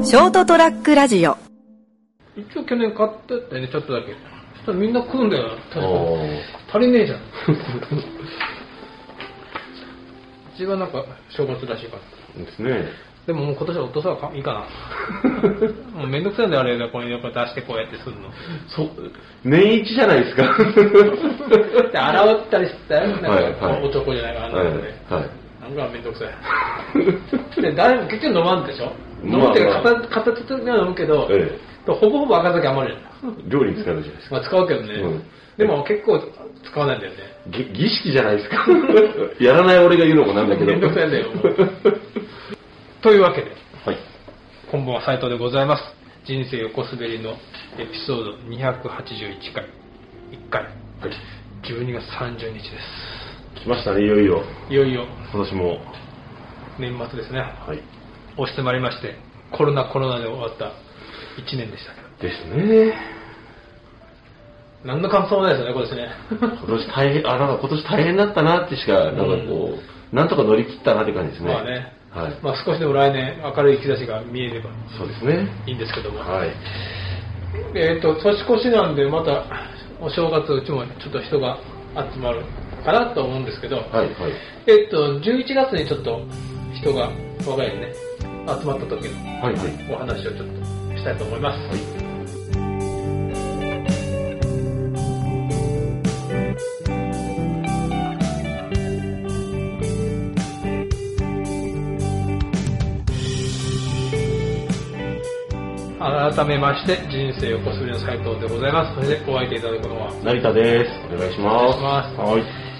ショートトラックラジオ。 一応去年買ってたよね、ちょっとだけ。そしたらみんな食うんだよ。確かに足りねえじゃん。うちはなんか正月らしいからですね。 でももう今年は落とさはいいかな。もうめんどくさいんだよ、あれこれやっぱ出してこうやってするの。 年一じゃないですか。 で洗ったりしたよ、なんか、 はい、 おちょこじゃないかな、 はい、 なんかめんどくさい。で誰も結局飲まんでしょ。飲むっていうか片手には飲むけど、ほぼほぼ赤酒余るじゃん。 料理に使うじゃないですか。 まあ使うけどね。でも結構使わないんだよね。 儀式じゃないですか。やらない俺が言うのもなんだけど。 めんどくさいんだよ。というわけで、 はい、 今晩は斉藤でございます。人生横滑りのエピソード281回1回、はい、12月30日です。 来ましたね、いよいよ。 いよいよ今年も年末ですね。 はい、 押してまいりまして、コロナで終わった1年でしたけど。 ですね。 何の感想もないですよね、今年ね。 今年大変だったなってしか、なんかこう、なんとか乗り切ったなって感じですね。 まあね。 はい、 まあ少しでも来年明るい兆しが見えればそうですね、 いいんですけども、 はい、 年越しなんでまたお正月うちもちょっと人が集まるかなと思うんですけど、 はいはい、 11月にちょっと人が我が家にね集まった時のお話をちょっとしたいと思います。はい、改めまして人生横滑りの斉藤でございます。それでお相手いただくのは成田です。お願いします。 はい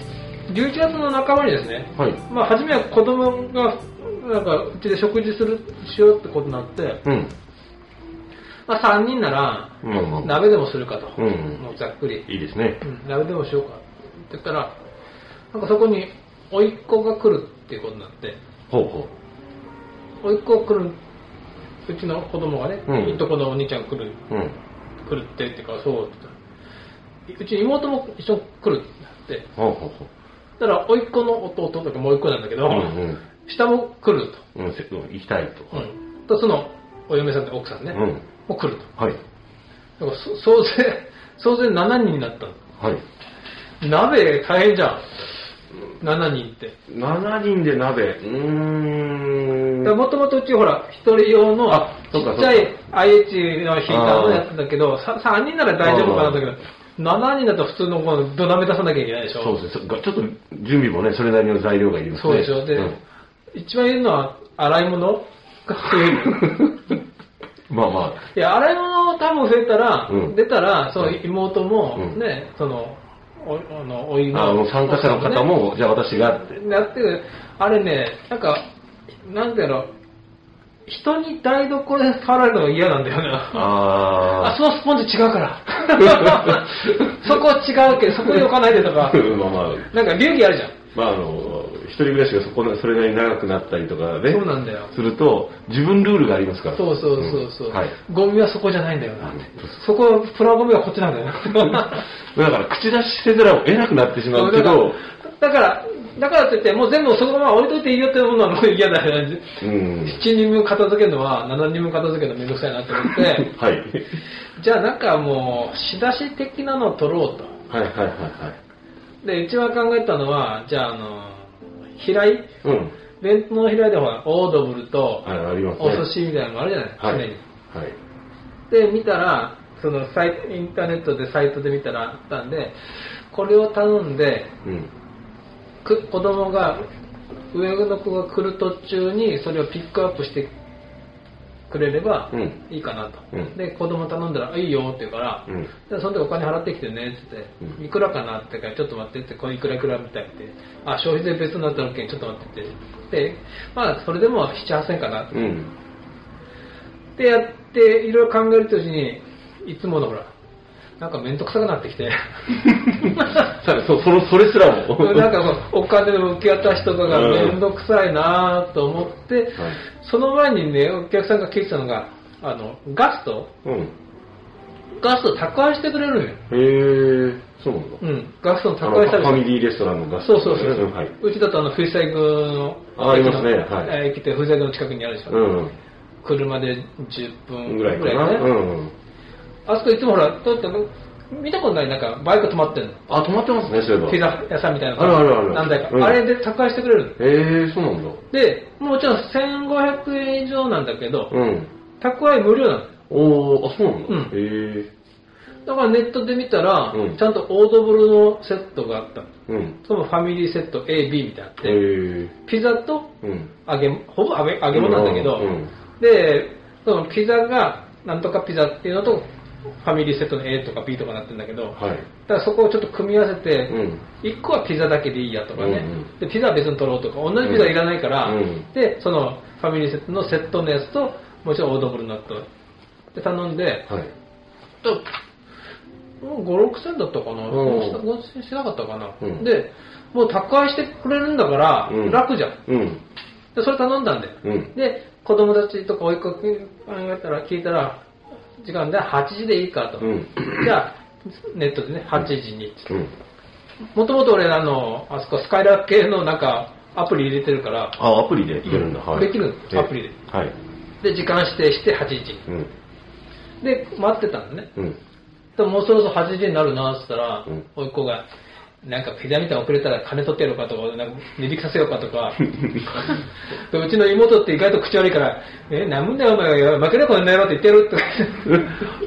。11月の半ばにですね、はい、まあ初めは子供がなんかうちで食事しようってことになって、まあ3人なら鍋でもするかと、もうざっくりいいですね、 鍋でもしようかって言ったら、なんかそこに甥っ子が来るっていうことになって、甥っ子が来る。うちの子供がね、いとこのお兄ちゃん来るっていうか、そうって言ったら、うち妹も一緒に来るってなって、だから甥っ子の弟とかもう一個なんだけど、下も来ると、 行きたいと、そのお嫁さんと奥さんね、もう来ると、 はい、 だから総勢7人になったの。 はい、 鍋大変じゃん。7人って。 7人で鍋。 もともとうちほら、一人用のちっちゃい IH のヒーターのやつだけど、3人なら大丈夫かなんだけど、7人だと普通のこの土鍋出さなきゃいけないでしょ。 そうです。ちょっと準備もね、それなりの材料がいりますね。 そうでしょ。で、一番いるのは洗い物が増える。 まあまあ。 いや、洗い物多分増えたら、出たら、その妹もね、その、おいの参加者の方も、じゃあ私がって。 だって、あれね、なんだろう、人に台所で触られるのが嫌なんだよな。そのスポンジ違うから。そこは違うけど、そこに置かないでとか。なんか流儀あるじゃん。 一人暮らしがそれなりに長くなったりとかね。 そうなんだよ。 すると、自分ルールがありますから。 そう。ゴミはそこじゃないんだよな。そこ、プラゴミはこっちなんだよな。 だから、口出しせざるを得なくなってしまうけど。 だからって言って、もう全部そのまま置いといていいよってものはもう嫌だよね。7人分片付けるのは7人分片付けるのめんどくさいなって思って、 はい、 じゃあなんかもう仕出し的なのを取ろうと。で、一番考えたのは、じゃあ平井、弁当の平井でほら、オードブルとお寿司みたいなのがあるじゃない、常に。で、見たら、そのインターネットでサイトで見たらあったんで、これを頼んで、子供が上の子が来る途中にそれをピックアップしてくれればいいかなと、で子供頼んだらいいよって言うから、でその時お金払ってきてねって言って、いくらかなって言うからちょっと待ってって、これいくらみたいって消費税別になったら OK ちょっと待ってってで、まあそれでも 7,8,000 円かなって、やっていろいろ考えるときにいつものほらなんか面倒くさくなってきてそれすらもなんかお金の受け渡しとかが面倒くさいなと思って、その前にねお客さんが聞いてたのがガスト、宅配してくれるのよ。 へえ、そうなんだ。 ガストの宅配サービス。 ファミリーレストランのガスト。 そう、うちだと藤沢のありますね。 駅って藤沢の近くにあるでしょ。 車で10分ぐらいかな。 ね。あそこいつもほら、見たことないなんかバイク止まってんの。 あ、止まってますね、そういえば。 ピザ屋さんみたいな。 ある。 何台か。あれで宅配してくれるの。そうなんだ。 で、もちろん1500円以上なんだけど、宅配無料なの。 そうなんだ。 だからネットで見たら、ちゃんとオードブルのセットがあった。そのファミリーセット A、B みたいなって、ピザとほぼ揚げ物なんだけど、で、そのピザがなんとかピザっていうのと、ファミリーセットの A とか B とかなってるんだけど、だからそこをちょっと組み合わせて、1個はピザだけでいいやとかね、でピザは別に取ろうとか、同じピザいらないから、で、そのファミリーセットのセットのやつと、もちろんオードブルのやつで頼んで、もう5、6千だったかな、5千しなかったかな、で、もう宅配してくれるんだから、楽じゃん。で、それ頼んだんで、で、子供たちとか追いかけ聞いたら、時間で8時でいいかと。じゃあ、ネットでね、8時に。もともと俺あそこスカイラー系のなんか、アプリ入れてるから。 アプリで入れるんだ。 できるアプリで。で、時間指定して8時。で、待ってたのね。でももうそろそろ8時になるなって言ったら、甥っ子が、なんかピザみたいに遅れたら金取ってやろうかとか、なんか値引きさせようかとか。でうちの妹って意外と口悪いから、なんだよお前、負けなこんな野郎って言ってやるって。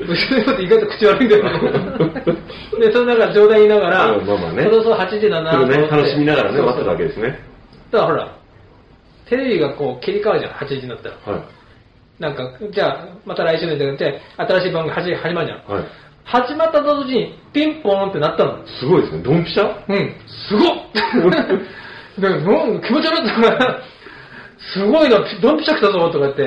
うちの妹意外と口悪いんだよ。で、それなんか冗談言いながら、そろそろ8時だなと思って。 楽しみながらね、待ってたわけですね。 だからほら、テレビがこう切り替わるじゃん、8時になったら。なんか、じゃあ、また来週ので、新しい番組始まるじゃん。始まったと同時にピンポーンってなったの。 すごいですね。ドンピシャ？ すごっ気持ち悪いって。すごいな、ドンピシャ来たぞとか言って。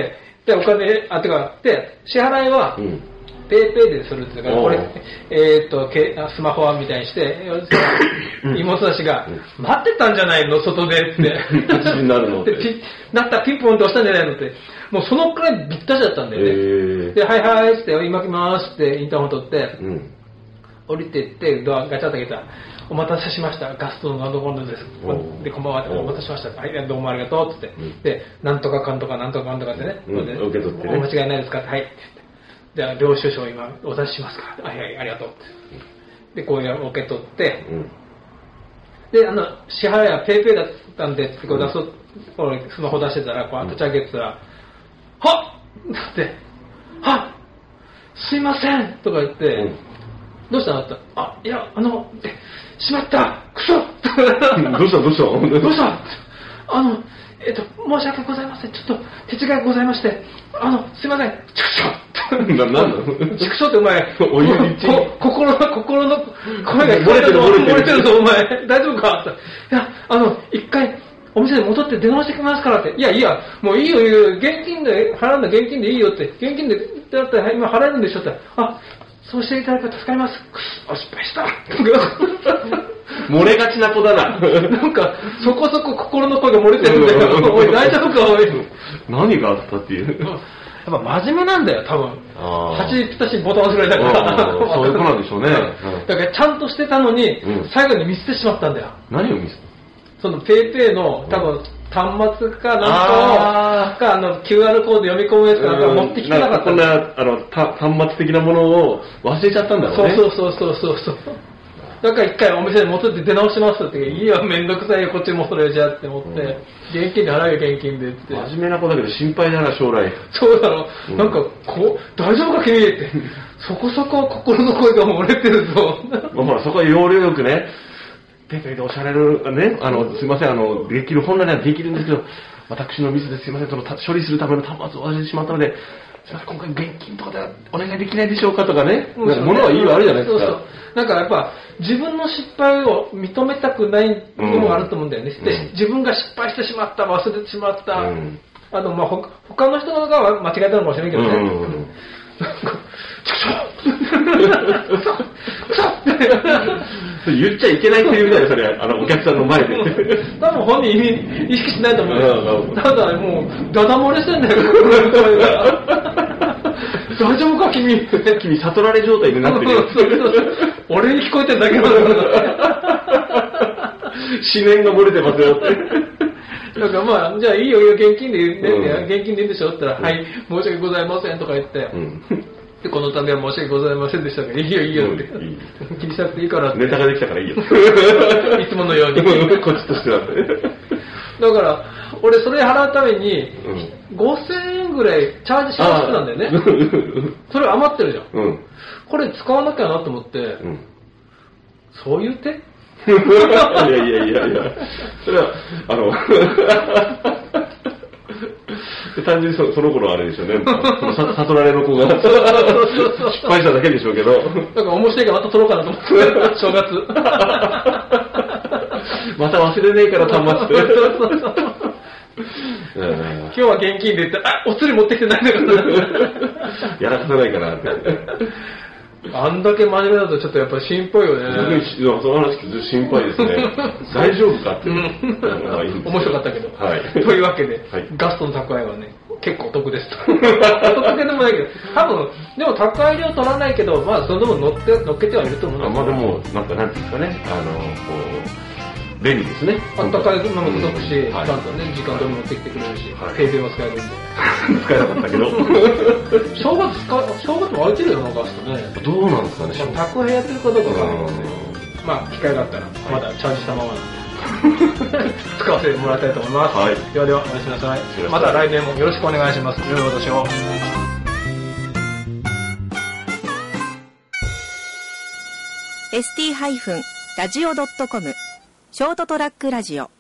で、お金、で、支払いは、ペイペイでするって言うから、これ、スマホはみたいにして、妹たちが、待ってたんじゃないの外でって。 8時になるのって。 なったらピンポンって押したんじゃないのって。もうそのくらいびったしだったんだよね。で、はいはいって、今来ますってインターホン取って、降りてってドアガチャッと開けたら、お待たせしました、ガストのなんとかです。で、こんばんは、お待たせしました。はい、どうもありがとうって言って、で、なんとかかんとかなんとかかんとかってね、 受け取ってね。 お間違いないですかって、はいって言って、で、領収書を今お出ししますから、はいはい、ありがとうって。で、こういう受け取って、で、支払いはペイペイだったんで、こう出そう、スマホ出してたら、こう、立ち上げてたら、はっって、はっすいませんとか言って、どうしたのっていや、しまったくそどうしたどうした申し訳ございません。ちょっと手違いがございまして、すいません。チクショなんなのチクショってお前、 お湯に心の声が漏れてるぞ、お前。大丈夫かいや、一回、お店で戻って出直してきますからって。いや、もういいよ、現金で払うんだ、現金でいいよって。現金でだったら今払えるんでしょって。そうしていただけたら助かります。失敗した。 漏れがちな子だな。 なんか、そこそこ心の声が漏れてるんだよ。おい、大丈夫か、おい。 何があったっていう。 やっぱ真面目なんだよ、多分。8時ぴったしボタン押すぐらいだから。 そういうことなんでしょうね。 だからちゃんとしてたのに、最後に見捨ててしまったんだよ。 何を見捨てそのペイペイの多分端末かなんかQRコード読み込むやつかなんか持ってきてなかった。 こんな端末的なものを忘れちゃったんだろうね。 そう。だから一回お店に戻って出直しますって、いいよ、めんどくさいよ、こっちもそれじゃって思って、現金で払うよ、現金でって。 真面目な子だけど心配だな、将来。 そうだろ、なんか大丈夫か君って、そこそこ心の声が漏れてるぞ。 ほら、そこは要領よくね、ペイペイでおしゃれるね、すいません、できる、本来ならできるんですけど、私のミスですいません、処理するための端末を忘れてしまったので、すいません、今回現金とかでお願いできないでしょうかとかね、物はいいよあるじゃないですか。そうなんかやっぱ、自分の失敗を認めたくないのもあると思うんだよね。で、自分が失敗してしまった、忘れてしまった、他の人が間違えたのかもしれないけどね。 言っちゃいけないセリフだよ、それ、お客さんの前で。 多分本人意識しないと思うよ。ただもう、ダダ漏れしてんだよ、大丈夫か、君。 君、悟られ状態になってるよ。 俺に聞こえてるだけなんだから。 思念が漏れてますよって。 だからまあ、じゃあいいよ、現金で言って、現金でいいんでしょって言ったら、はい、申し訳ございませんとか言って、でこのためは申し訳ございませんでしたが、いいよいいよって、気にしなくていいからって。 ネタができたからいいよ。 いつものように。 こっちとしては。 だから、俺それ払うために、5000円ぐらいチャージしましたんだよね。それ余ってるじゃん。これ使わなきゃなと思って、そういう手いや、それは、単純にその子のあれでしょうね。悟られの子が失敗しただけでしょうけど。なんか面白いからまた撮ろうかなと思って、正月。 また忘れねえから端末。 今日は現金で言って、お釣り持ってきてないんだから。 やらかさないかなって。 あんだけ真面目だとちょっとやっぱり心配よね。 その話聞くと心配ですね。大丈夫かって。 面白かったけど。 はい。 というわけで、ガストの宅配はね、結構お得ですと。お得でもないけど、多分、でも宅配料取らないけど、まあその分乗っけてはいると思うんですまあでも、なんていうんですかね、便利ですね。 あったかいのも届くし、ちゃんとね、時間通り持ってきてくれるし、停電は使えるんで。 使えなかったけど。 正月も空いてるよな、ガストね。 どうなんですかね。 宅配やってるかどうかわからないけどね。まあ、機会があったら、まだチャージしたままなんで。使わせてもらいたいと思います。はい。ではでは、おやすみなさい。また来年もよろしくお願いします。良いお年を。 ST-radio.com ショートトラックラジオ